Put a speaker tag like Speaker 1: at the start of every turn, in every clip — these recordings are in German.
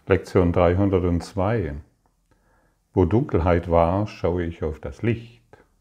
Speaker 1: Lektion 302. Wo Dunkelheit war, schaue ich auf das Licht.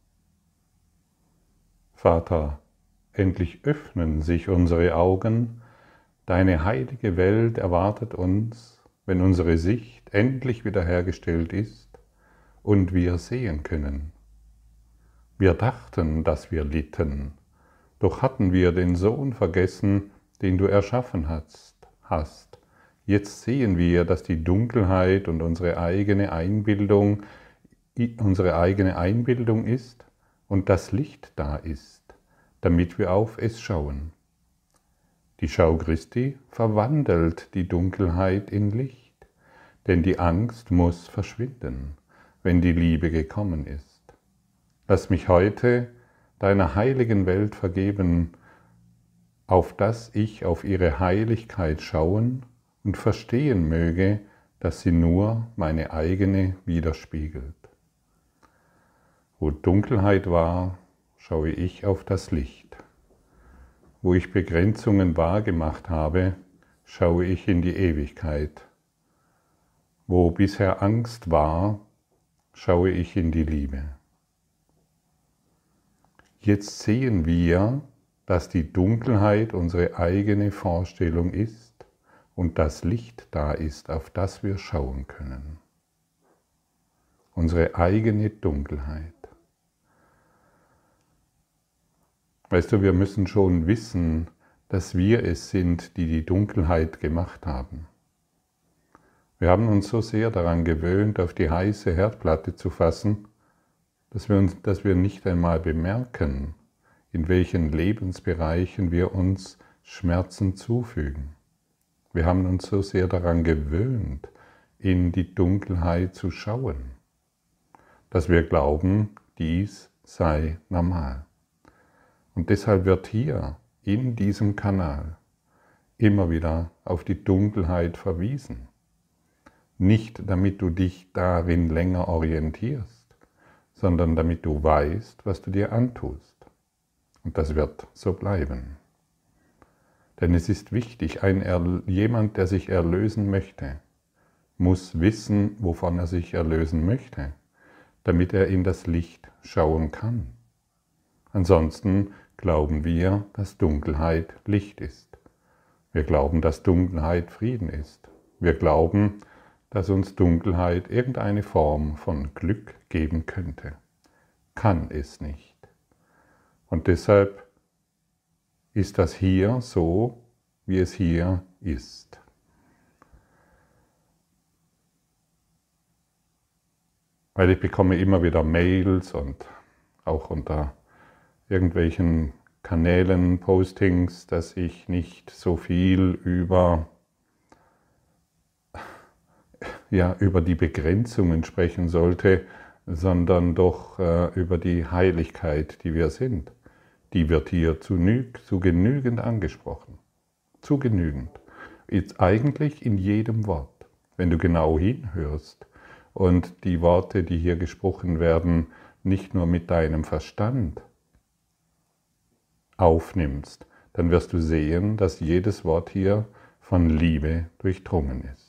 Speaker 1: Vater, endlich öffnen sich unsere Augen. Deine heilige Welt erwartet uns, wenn unsere Sicht endlich wiederhergestellt ist und wir sehen können. Wir dachten, dass wir litten, doch hatten wir den Sohn vergessen, den du erschaffen hast. Jetzt sehen wir, dass die Dunkelheit und unsere eigene Einbildung ist und das Licht da ist, damit wir auf es schauen. Die Schau Christi verwandelt die Dunkelheit in Licht, denn die Angst muss verschwinden, wenn die Liebe gekommen ist. Lass mich heute deiner heiligen Welt vergeben, auf dass ich auf ihre Heiligkeit schauen und verstehen möge, dass sie nur meine eigene widerspiegelt. Wo Dunkelheit war, schaue ich auf das Licht. Wo ich Begrenzungen wahrgemacht habe, schaue ich in die Ewigkeit. Wo bisher Angst war, schaue ich in die Liebe. Jetzt sehen wir, dass die Dunkelheit unsere eigene Vorstellung ist und das Licht da ist, auf das wir schauen können. Unsere eigene Dunkelheit. Weißt du, wir müssen schon wissen, dass wir es sind, die die Dunkelheit gemacht haben. Wir haben uns so sehr daran gewöhnt, auf die heiße Herdplatte zu fassen, dass wir nicht einmal bemerken, in welchen Lebensbereichen wir uns Schmerzen zufügen. Wir haben uns so sehr daran gewöhnt, in die Dunkelheit zu schauen, dass wir glauben, dies sei normal. Und deshalb wird hier in diesem Kanal immer wieder auf die Dunkelheit verwiesen. Nicht damit du dich darin länger orientierst, sondern damit du weißt, was du dir antust. Und das wird so bleiben. Denn es ist wichtig, jemand, der sich erlösen möchte, muss wissen, wovon er sich erlösen möchte, damit er in das Licht schauen kann. Ansonsten glauben wir, dass Dunkelheit Licht ist. Wir glauben, dass Dunkelheit Frieden ist. Wir glauben, dass uns Dunkelheit irgendeine Form von Glück geben könnte. Kann es nicht. Und deshalb ist das hier so, wie es hier ist. Weil ich bekomme immer wieder Mails und auch unter irgendwelchen Kanälen, Postings, dass ich nicht so viel über die Begrenzungen sprechen sollte, sondern doch über die Heiligkeit, die wir sind. Die wird hier zu genügend angesprochen. Zu genügend. Jetzt eigentlich in jedem Wort. Wenn du genau hinhörst und die Worte, die hier gesprochen werden, nicht nur mit deinem Verstand aufnimmst, dann wirst du sehen, dass jedes Wort hier von Liebe durchdrungen ist.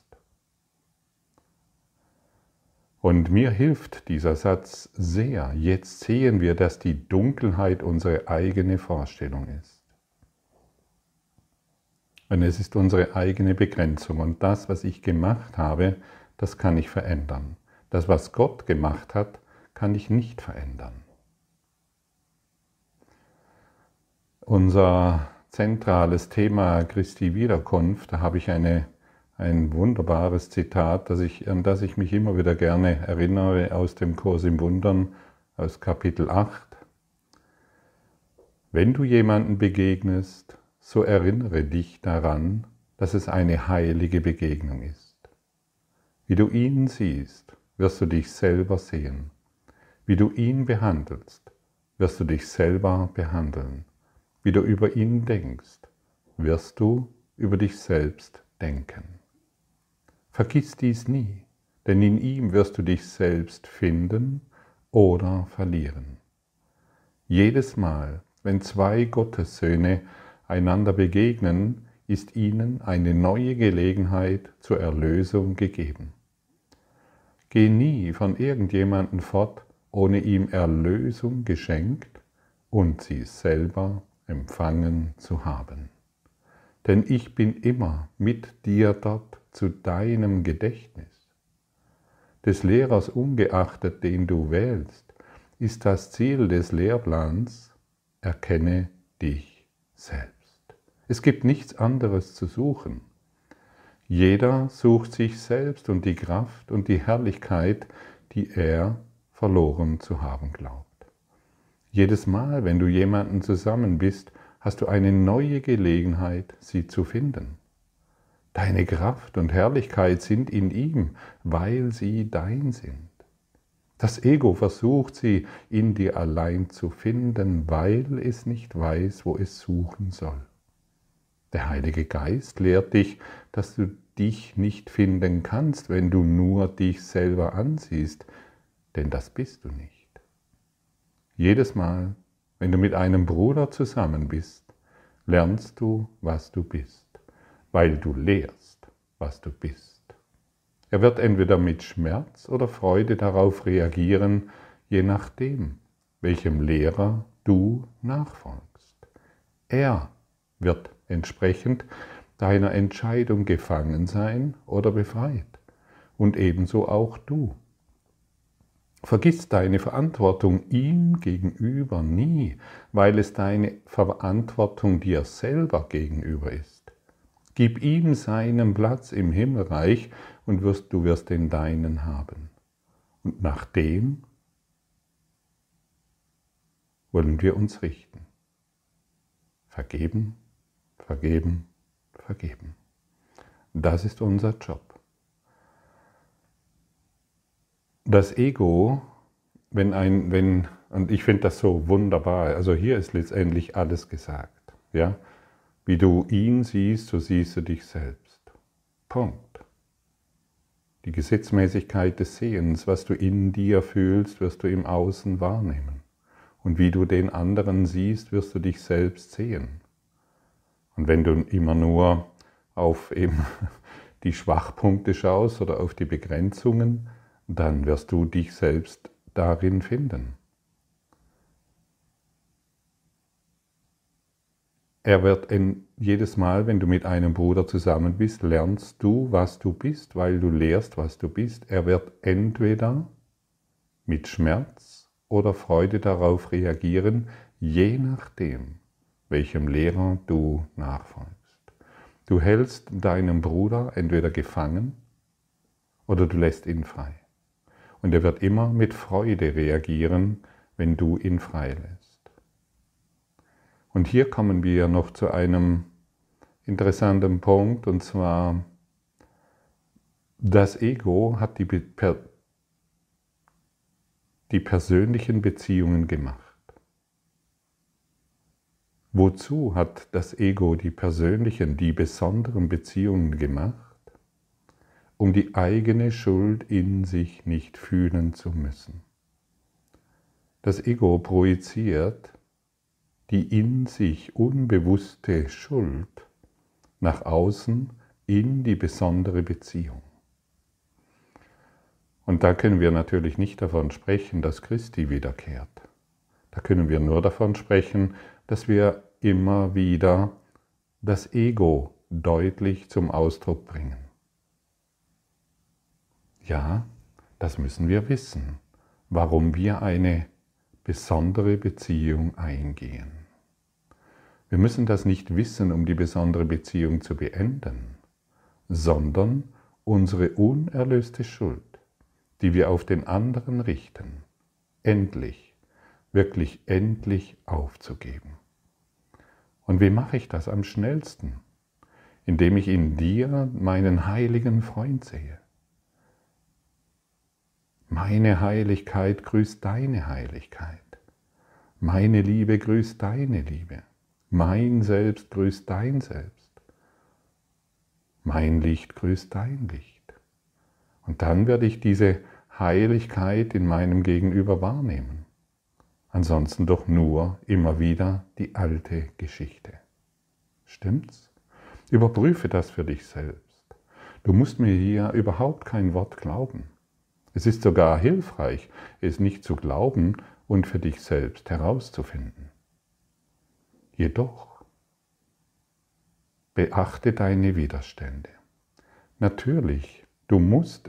Speaker 1: Und mir hilft dieser Satz sehr. Jetzt sehen wir, dass die Dunkelheit unsere eigene Vorstellung ist. Und es ist unsere eigene Begrenzung. Und das, was ich gemacht habe, das kann ich verändern. Das, was Gott gemacht hat, kann ich nicht verändern. Unser zentrales Thema Christi Wiederkunft, da habe ich ein wunderbares Zitat, an das ich mich immer wieder gerne erinnere aus dem Kurs im Wundern, aus Kapitel 8. Wenn du jemanden begegnest, so erinnere dich daran, dass es eine heilige Begegnung ist. Wie du ihn siehst, wirst du dich selber sehen. Wie du ihn behandelst, wirst du dich selber behandeln. Wie du über ihn denkst, wirst du über dich selbst denken. Vergiss dies nie, denn in ihm wirst du dich selbst finden oder verlieren. Jedes Mal, wenn zwei Gottessöhne einander begegnen, ist ihnen eine neue Gelegenheit zur Erlösung gegeben. Geh nie von irgendjemandem fort, ohne ihm Erlösung geschenkt und sie selber empfangen zu haben. Denn ich bin immer mit dir dort zu deinem Gedächtnis. Des Lehrers ungeachtet, den du wählst, ist das Ziel des Lehrplans: erkenne dich selbst. Es gibt nichts anderes zu suchen. Jeder sucht sich selbst und die Kraft und die Herrlichkeit, die er verloren zu haben glaubt. Jedes Mal, wenn du jemanden zusammen bist, hast du eine neue Gelegenheit, sie zu finden. Deine Kraft und Herrlichkeit sind in ihm, weil sie dein sind. Das Ego versucht sie in dir allein zu finden, weil es nicht weiß, wo es suchen soll. Der Heilige Geist lehrt dich, dass du dich nicht finden kannst, wenn du nur dich selber ansiehst, denn das bist du nicht. Jedes Mal, wenn du mit einem Bruder zusammen bist, lernst du, was du bist, weil du lehrst, was du bist. Er wird entweder mit Schmerz oder Freude darauf reagieren, je nachdem, welchem Lehrer du nachfolgst. Er wird entsprechend deiner Entscheidung gefangen sein oder befreit. Und ebenso auch du. Vergiss deine Verantwortung ihm gegenüber nie, weil es deine Verantwortung dir selber gegenüber ist. Gib ihm seinen Platz im Himmelreich und du wirst den deinen haben. Und nach dem wollen wir uns richten. Vergeben, vergeben, vergeben. Das ist unser Job. Das Ego, und ich finde das so wunderbar, also hier ist letztendlich alles gesagt. Ja? Wie du ihn siehst, so siehst du dich selbst. Punkt. Die Gesetzmäßigkeit des Sehens, was du in dir fühlst, wirst du im Außen wahrnehmen. Und wie du den anderen siehst, wirst du dich selbst sehen. Und wenn du immer nur auf eben die Schwachpunkte schaust oder auf die Begrenzungen, dann wirst du dich selbst darin finden. Jedes Mal, wenn du mit einem Bruder zusammen bist, lernst du, was du bist, weil du lehrst, was du bist. Er wird entweder mit Schmerz oder Freude darauf reagieren, je nachdem, welchem Lehrer du nachfolgst. Du hältst deinen Bruder entweder gefangen oder du lässt ihn frei. Und er wird immer mit Freude reagieren, wenn du ihn freilässt. Und hier kommen wir noch zu einem interessanten Punkt, und zwar, das Ego hat die persönlichen Beziehungen gemacht. Wozu hat das Ego die besonderen Beziehungen gemacht? Um die eigene Schuld in sich nicht fühlen zu müssen. Das Ego projiziert die in sich unbewusste Schuld nach außen in die besondere Beziehung. Und da können wir natürlich nicht davon sprechen, dass Christi wiederkehrt. Da können wir nur davon sprechen, dass wir immer wieder das Ego deutlich zum Ausdruck bringen. Ja, das müssen wir wissen, warum wir eine besondere Beziehung eingehen. Wir müssen das nicht wissen, um die besondere Beziehung zu beenden, sondern unsere unerlöste Schuld, die wir auf den anderen richten, endlich, wirklich endlich aufzugeben. Und wie mache ich das am schnellsten? Indem ich in dir meinen heiligen Freund sehe. Meine Heiligkeit grüßt deine Heiligkeit. Meine Liebe grüßt deine Liebe. Mein Selbst grüßt dein Selbst. Mein Licht grüßt dein Licht. Und dann werde ich diese Heiligkeit in meinem Gegenüber wahrnehmen. Ansonsten doch nur immer wieder die alte Geschichte. Stimmt's? Überprüfe das für dich selbst. Du musst mir hier überhaupt kein Wort glauben. Es ist sogar hilfreich, es nicht zu glauben und für dich selbst herauszufinden. Jedoch beachte deine Widerstände. Natürlich, du musst,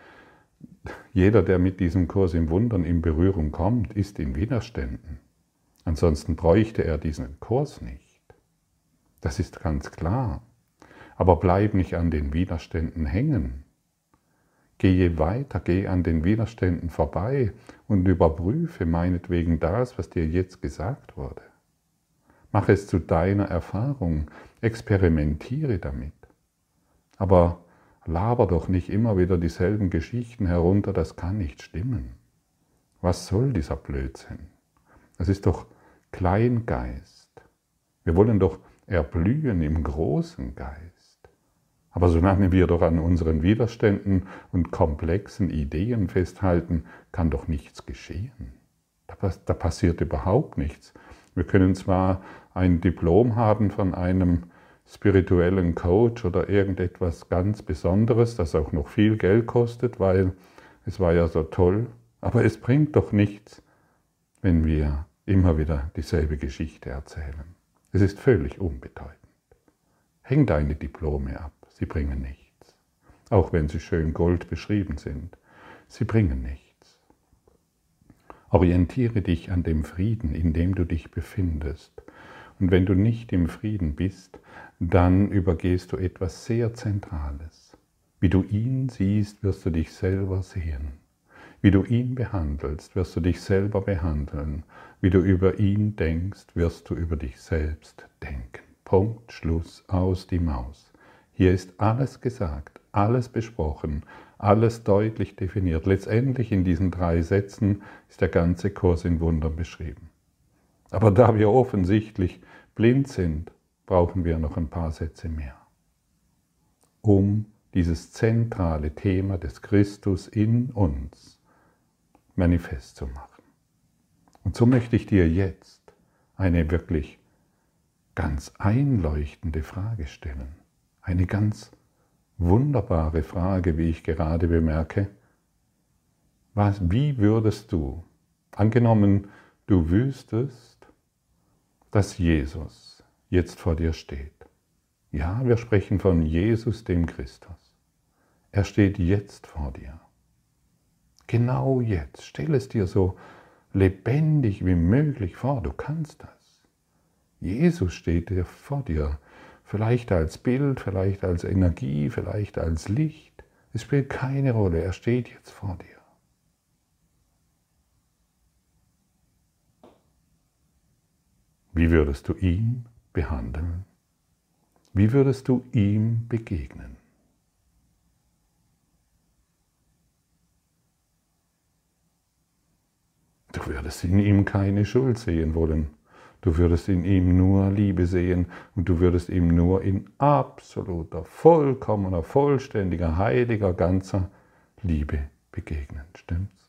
Speaker 1: jeder, der mit diesem Kurs im Wundern in Berührung kommt, ist in Widerständen. Ansonsten bräuchte er diesen Kurs nicht. Das ist ganz klar. Aber bleib nicht an den Widerständen hängen. Gehe weiter, geh an den Widerständen vorbei und überprüfe meinetwegen das, was dir jetzt gesagt wurde. Mach es zu deiner Erfahrung, experimentiere damit. Aber laber doch nicht immer wieder dieselben Geschichten herunter, das kann nicht stimmen. Was soll dieser Blödsinn? Das ist doch Kleingeist. Wir wollen doch erblühen im großen Geist. Aber solange wir doch an unseren Widerständen und komplexen Ideen festhalten, kann doch nichts geschehen. Da passiert überhaupt nichts. Wir können zwar ein Diplom haben von einem spirituellen Coach oder irgendetwas ganz Besonderes, das auch noch viel Geld kostet, weil es war ja so toll, aber es bringt doch nichts, wenn wir immer wieder dieselbe Geschichte erzählen. Es ist völlig unbedeutend. Häng deine Diplome ab. Sie bringen nichts, auch wenn sie schön gold beschrieben sind. Sie bringen nichts. Orientiere dich an dem Frieden, in dem du dich befindest. Und wenn du nicht im Frieden bist, dann übergehst du etwas sehr Zentrales. Wie du ihn siehst, wirst du dich selber sehen. Wie du ihn behandelst, wirst du dich selber behandeln. Wie du über ihn denkst, wirst du über dich selbst denken. Punkt, Schluss, aus die Maus. Hier ist alles gesagt, alles besprochen, alles deutlich definiert. Letztendlich in diesen 3 Sätzen ist der ganze Kurs in Wundern beschrieben. Aber da wir offensichtlich blind sind, brauchen wir noch ein paar Sätze mehr, um dieses zentrale Thema des Christus in uns manifest zu machen. Und so möchte ich dir jetzt eine wirklich ganz einleuchtende Frage stellen. Eine ganz wunderbare Frage, wie ich gerade bemerke. Wie würdest du, angenommen, du wüsstest, dass Jesus jetzt vor dir steht. Ja, wir sprechen von Jesus, dem Christus. Er steht jetzt vor dir. Genau jetzt. Stell es dir so lebendig wie möglich vor. Du kannst das. Jesus steht dir vor dir. Vielleicht als Bild, vielleicht als Energie, vielleicht als Licht. Es spielt keine Rolle. Er steht jetzt vor dir. Wie würdest du ihn behandeln? Wie würdest du ihm begegnen? Du würdest in ihm keine Schuld sehen wollen. Du würdest in ihm nur Liebe sehen und du würdest ihm nur in absoluter, vollkommener, vollständiger, heiliger, ganzer Liebe begegnen. Stimmt's?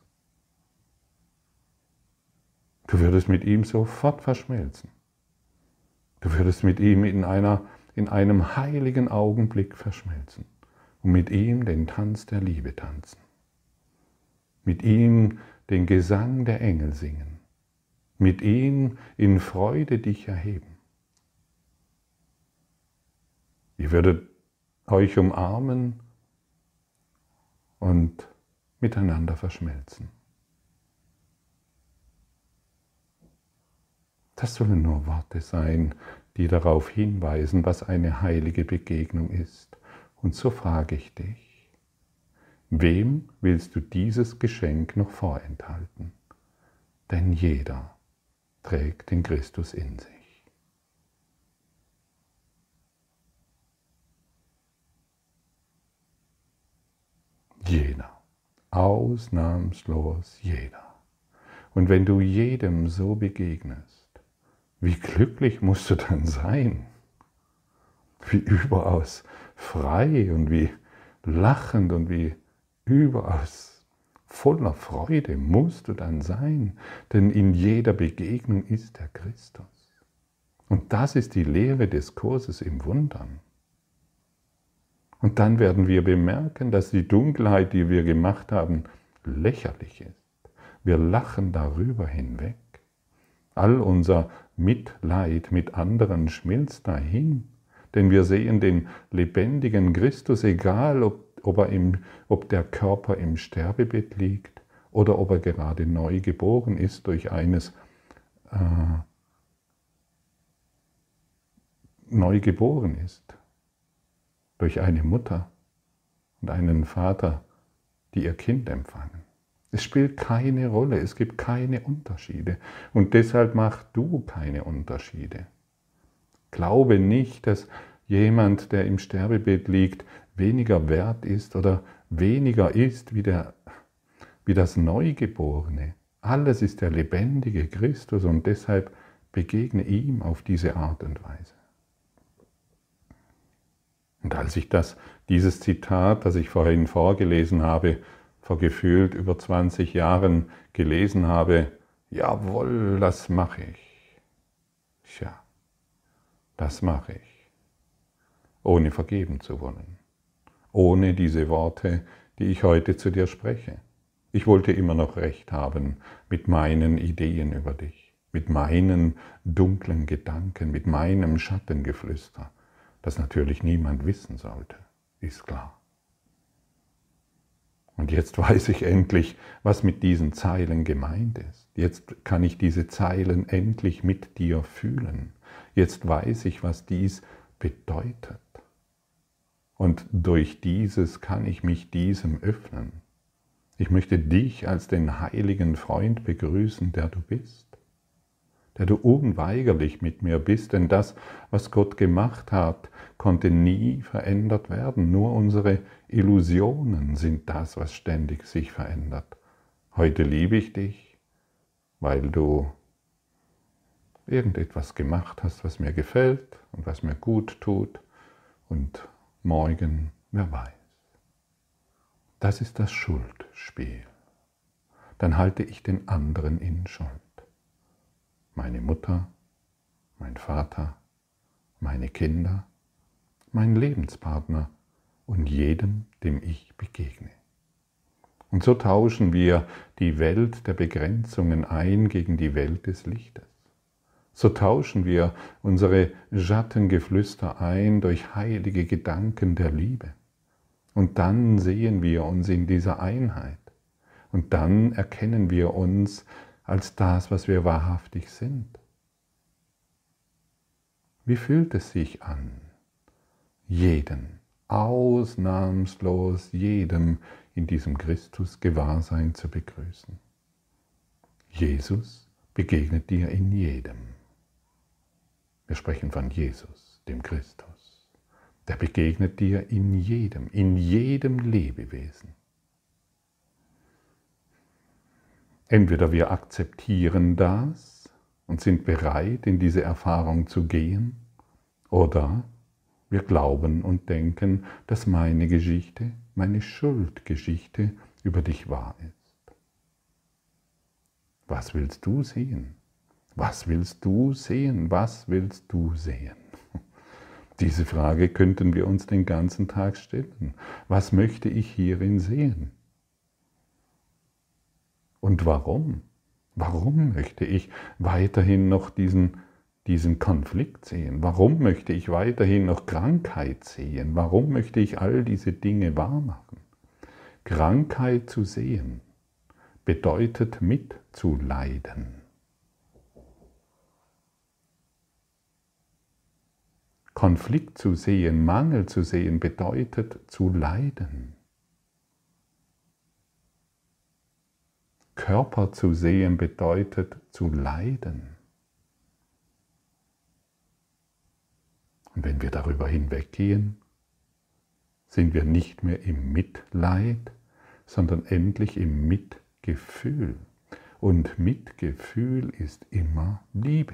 Speaker 1: Du würdest mit ihm sofort verschmelzen. Du würdest mit ihm in einem heiligen Augenblick verschmelzen und mit ihm den Tanz der Liebe tanzen. Mit ihm den Gesang der Engel singen. Mit ihm in Freude dich erheben. Ihr würdet euch umarmen und miteinander verschmelzen. Das sollen nur Worte sein, die darauf hinweisen, was eine heilige Begegnung ist. Und so frage ich dich, wem willst du dieses Geschenk noch vorenthalten? Denn jeder trägt den Christus in sich. Jeder, ausnahmslos jeder. Und wenn du jedem so begegnest, wie glücklich musst du dann sein? Wie überaus frei und wie lachend und wie überaus voller Freude musst du dann sein, denn in jeder Begegnung ist der Christus. Und das ist die Lehre des Kurses im Wundern. Und dann werden wir bemerken, dass die Dunkelheit, die wir gemacht haben, lächerlich ist. Wir lachen darüber hinweg. All unser Mitleid mit anderen schmilzt dahin, denn wir sehen den lebendigen Christus, egal ob der Körper im Sterbebett liegt oder ob er gerade neu geboren ist durch durch eine Mutter und einen Vater, die ihr Kind empfangen. Es spielt keine Rolle, es gibt keine Unterschiede und deshalb mach du keine Unterschiede. Glaube nicht, dass jemand, der im Sterbebett liegt, weniger wert ist oder weniger ist wie das Neugeborene. Alles ist der lebendige Christus und deshalb begegne ihm auf diese Art und Weise. Und als ich dieses Zitat, das ich vorhin vorgelesen habe, vor gefühlt über 20 Jahren gelesen habe, jawohl, das mache ich. Tja, das mache ich, ohne vergeben zu wollen, ohne diese Worte, die ich heute zu dir spreche. Ich wollte immer noch recht haben mit meinen Ideen über dich, mit meinen dunklen Gedanken, mit meinem Schattengeflüster, das natürlich niemand wissen sollte, ist klar. Und jetzt weiß ich endlich, was mit diesen Zeilen gemeint ist. Jetzt kann ich diese Zeilen endlich mit dir fühlen. Jetzt weiß ich, was dies bedeutet. Und durch dieses kann ich mich diesem öffnen. Ich möchte dich als den heiligen Freund begrüßen, der du bist. Der du unweigerlich mit mir bist, denn das, was Gott gemacht hat, konnte nie verändert werden. Nur unsere Illusionen sind das, was ständig sich verändert. Heute liebe ich dich, weil du irgendetwas gemacht hast, was mir gefällt und was mir gut tut. Und morgen, wer weiß. Das ist das Schuldspiel. Dann halte ich den anderen in Schuld. Meine Mutter, mein Vater, meine Kinder, mein Lebenspartner und jedem, dem ich begegne. Und so tauschen wir die Welt der Begrenzungen ein gegen die Welt des Lichtes. So tauschen wir unsere Schattengeflüster ein durch heilige Gedanken der Liebe. Und dann sehen wir uns in dieser Einheit. Und dann erkennen wir uns als das, was wir wahrhaftig sind. Wie fühlt es sich an, jeden, ausnahmslos jedem in diesem Christus-Gewahrsein zu begrüßen? Jesus begegnet dir in jedem. Wir sprechen von Jesus, dem Christus. Der begegnet dir in jedem Lebewesen. Entweder wir akzeptieren das und sind bereit, in diese Erfahrung zu gehen, oder wir glauben und denken, dass meine Geschichte, meine Schuldgeschichte über dich wahr ist. Was willst du sehen? Was willst du sehen? Was willst du sehen? Diese Frage könnten wir uns den ganzen Tag stellen. Was möchte ich hierin sehen? Und warum? Warum möchte ich weiterhin noch diesen Konflikt sehen? Warum möchte ich weiterhin noch Krankheit sehen? Warum möchte ich all diese Dinge wahrmachen? Krankheit zu sehen bedeutet mitzuleiden. Konflikt zu sehen, Mangel zu sehen, bedeutet zu leiden. Körper zu sehen bedeutet zu leiden. Und wenn wir darüber hinweggehen, sind wir nicht mehr im Mitleid, sondern endlich im Mitgefühl. Und Mitgefühl ist immer Liebe.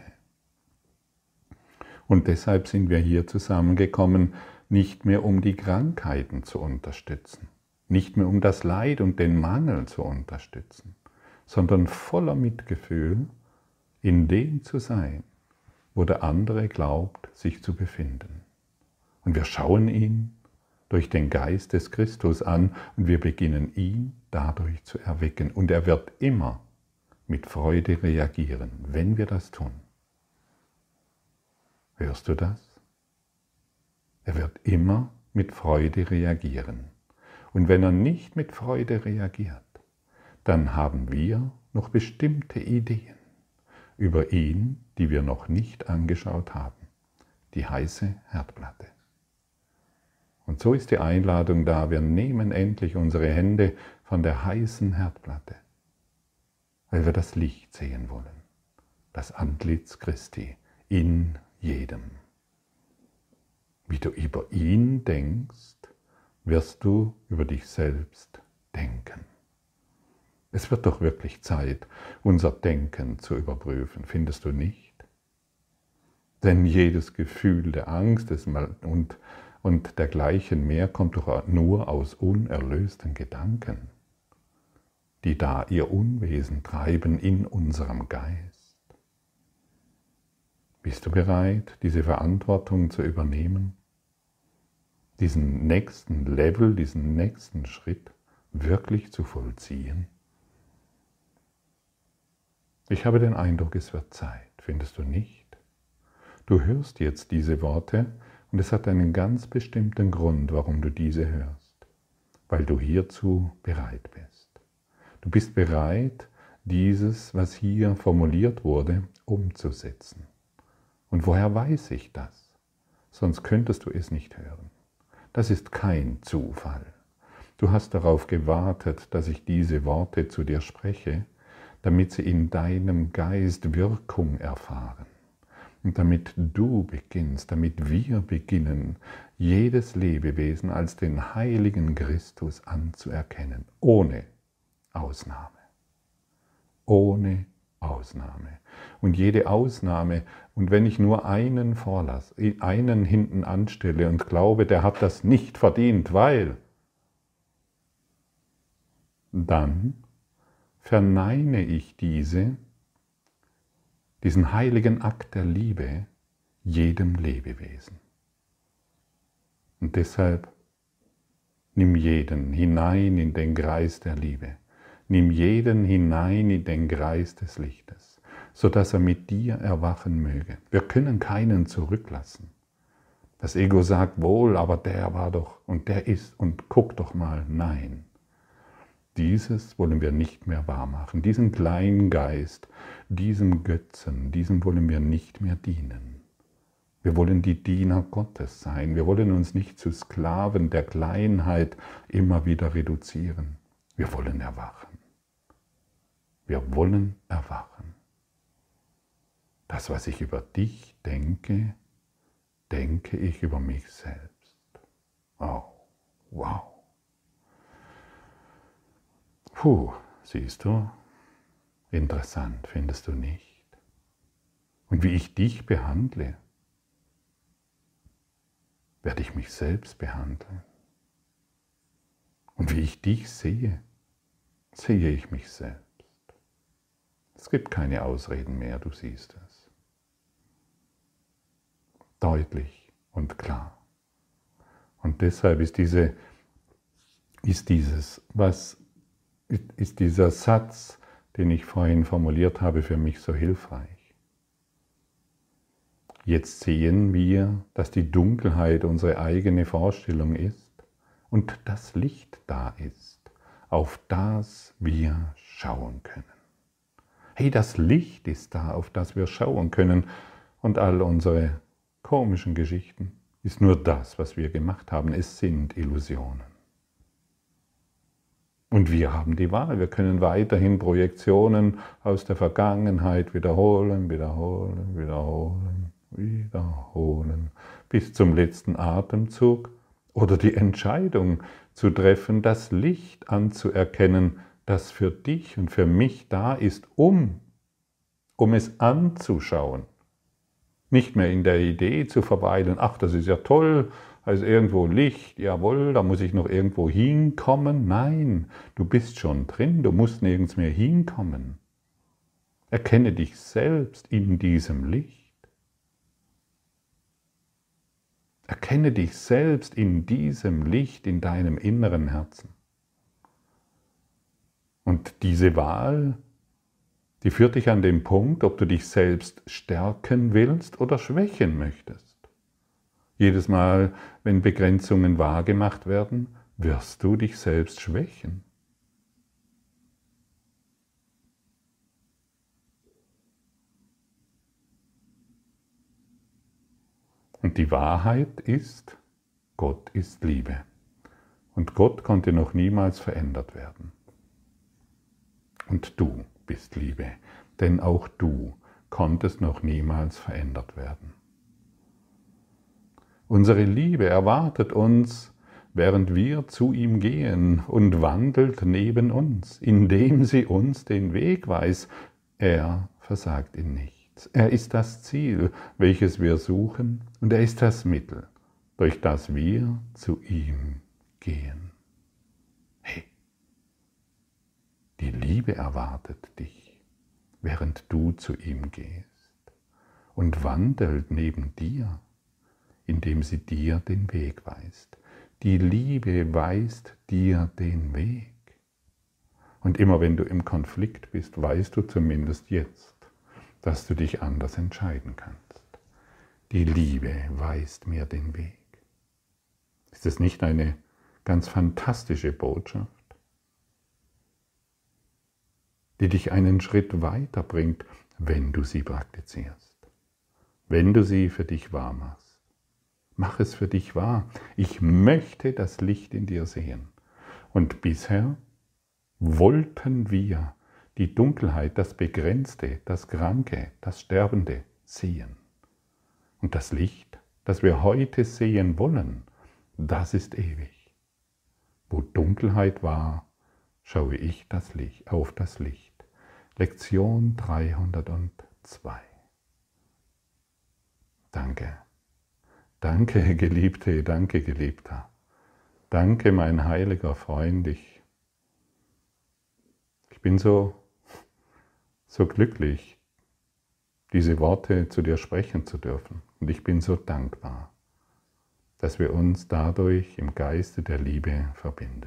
Speaker 1: Und deshalb sind wir hier zusammengekommen, nicht mehr um die Krankheiten zu unterstützen, nicht mehr um das Leid und den Mangel zu unterstützen, sondern voller Mitgefühl in dem zu sein, wo der andere glaubt, sich zu befinden. Und wir schauen ihn durch den Geist des Christus an und wir beginnen ihn dadurch zu erwecken. Und er wird immer mit Freude reagieren, wenn wir das tun. Hörst du das? Er wird immer mit Freude reagieren. Und wenn er nicht mit Freude reagiert, dann haben wir noch bestimmte Ideen über ihn, die wir noch nicht angeschaut haben. Die heiße Herdplatte. Und so ist die Einladung da, wir nehmen endlich unsere Hände von der heißen Herdplatte, weil wir das Licht sehen wollen, das Antlitz Christi in jedem. Wie du über ihn denkst, wirst du über dich selbst denken. Es wird doch wirklich Zeit, unser Denken zu überprüfen, findest du nicht? Denn jedes Gefühl der Angst und dergleichen mehr kommt doch nur aus unerlösten Gedanken, die da ihr Unwesen treiben in unserem Geist. Bist du bereit, diese Verantwortung zu übernehmen? Diesen nächsten Level, diesen nächsten Schritt wirklich zu vollziehen? Ich habe den Eindruck, es wird Zeit, findest du nicht? Du hörst jetzt diese Worte und es hat einen ganz bestimmten Grund, warum du diese hörst, weil du hierzu bereit bist. Du bist bereit, dieses, was hier formuliert wurde, umzusetzen. Und woher weiß ich das? Sonst könntest du es nicht hören. Das ist kein Zufall. Du hast darauf gewartet, dass ich diese Worte zu dir spreche, damit sie in deinem Geist Wirkung erfahren. Und damit du beginnst, damit wir beginnen, jedes Lebewesen als den heiligen Christus anzuerkennen, ohne Ausnahme. Ohne Ausnahme. Und jede Ausnahme, und wenn ich nur einen vorlasse, einen hinten anstelle und glaube, der hat das nicht verdient, weil, dann verneine ich diesen heiligen Akt der Liebe jedem Lebewesen. Und deshalb nimm jeden hinein in den Kreis der Liebe. Nimm jeden hinein in den Kreis des Lichtes, sodass er mit dir erwachen möge. Wir können keinen zurücklassen. Das Ego sagt wohl, aber der war doch und der ist und guck doch mal. Nein. Dieses wollen wir nicht mehr wahrmachen. Diesen kleinen Geist, diesem Götzen, diesem wollen wir nicht mehr dienen. Wir wollen die Diener Gottes sein. Wir wollen uns nicht zu Sklaven der Kleinheit immer wieder reduzieren. Wir wollen erwachen. Wir wollen erwachen. Das, was ich über dich denke, denke ich über mich selbst. Oh, wow. Puh, siehst du? Interessant, findest du nicht? Und wie ich dich behandle, werde ich mich selbst behandeln. Und wie ich dich sehe, sehe ich mich selbst. Es gibt keine Ausreden mehr, du siehst es. Deutlich und klar. Und deshalb ist dieser Satz, den ich vorhin formuliert habe, für mich so hilfreich. Jetzt sehen wir, dass die Dunkelheit unsere eigene Vorstellung ist und das Licht da ist, auf das wir schauen können. Hey, das Licht ist da, auf das wir schauen können und all unsere komischen Geschichten ist nur das, was wir gemacht haben. Es sind Illusionen. Und wir haben die Wahl. Wir können weiterhin Projektionen aus der Vergangenheit wiederholen, wiederholen, wiederholen, wiederholen, bis zum letzten Atemzug oder die Entscheidung zu treffen, das Licht anzuerkennen, das für dich und für mich da ist, um es anzuschauen. Nicht mehr in der Idee zu verweilen, ach, das ist ja toll, da ist irgendwo Licht, jawohl, da muss ich noch irgendwo hinkommen. Nein, du bist schon drin, du musst nirgends mehr hinkommen. Erkenne dich selbst in diesem Licht. Erkenne dich selbst in diesem Licht, in deinem inneren Herzen. Und diese Wahl, die führt dich an den Punkt, ob du dich selbst stärken willst oder schwächen möchtest. Jedes Mal, wenn Begrenzungen wahrgemacht werden, wirst du dich selbst schwächen. Und die Wahrheit ist, Gott ist Liebe. Und Gott konnte noch niemals verändert werden. Und du bist Liebe, denn auch du konntest noch niemals verändert werden. Unsere Liebe erwartet uns, während wir zu ihm gehen und wandelt neben uns, indem sie uns den Weg weiß. Er versagt in nichts. Er ist das Ziel, welches wir suchen, und er ist das Mittel, durch das wir zu ihm gehen. Hey, die Liebe erwartet dich, während du zu ihm gehst und wandelt neben dir, indem sie dir den Weg weist. Die Liebe weist dir den Weg. Und immer wenn du im Konflikt bist, weißt du zumindest jetzt, dass du dich anders entscheiden kannst. Die Liebe weist mir den Weg. Ist es nicht eine ganz fantastische Botschaft, die dich einen Schritt weiterbringt, wenn du sie praktizierst, wenn du sie für dich wahr machst? Mach es für dich wahr. Ich möchte das Licht in dir sehen. Und bisher wollten wir die Dunkelheit, das Begrenzte, das Kranke, das Sterbende sehen. Und das Licht, das wir heute sehen wollen, das ist ewig. Wo Dunkelheit war, schaue ich auf das Licht. Lektion 302. Danke. Danke, Geliebte, danke, Geliebter. Danke, mein heiliger Freund. Ich bin so glücklich, diese Worte zu dir sprechen zu dürfen. Und ich bin so dankbar, dass wir uns dadurch im Geiste der Liebe verbinden.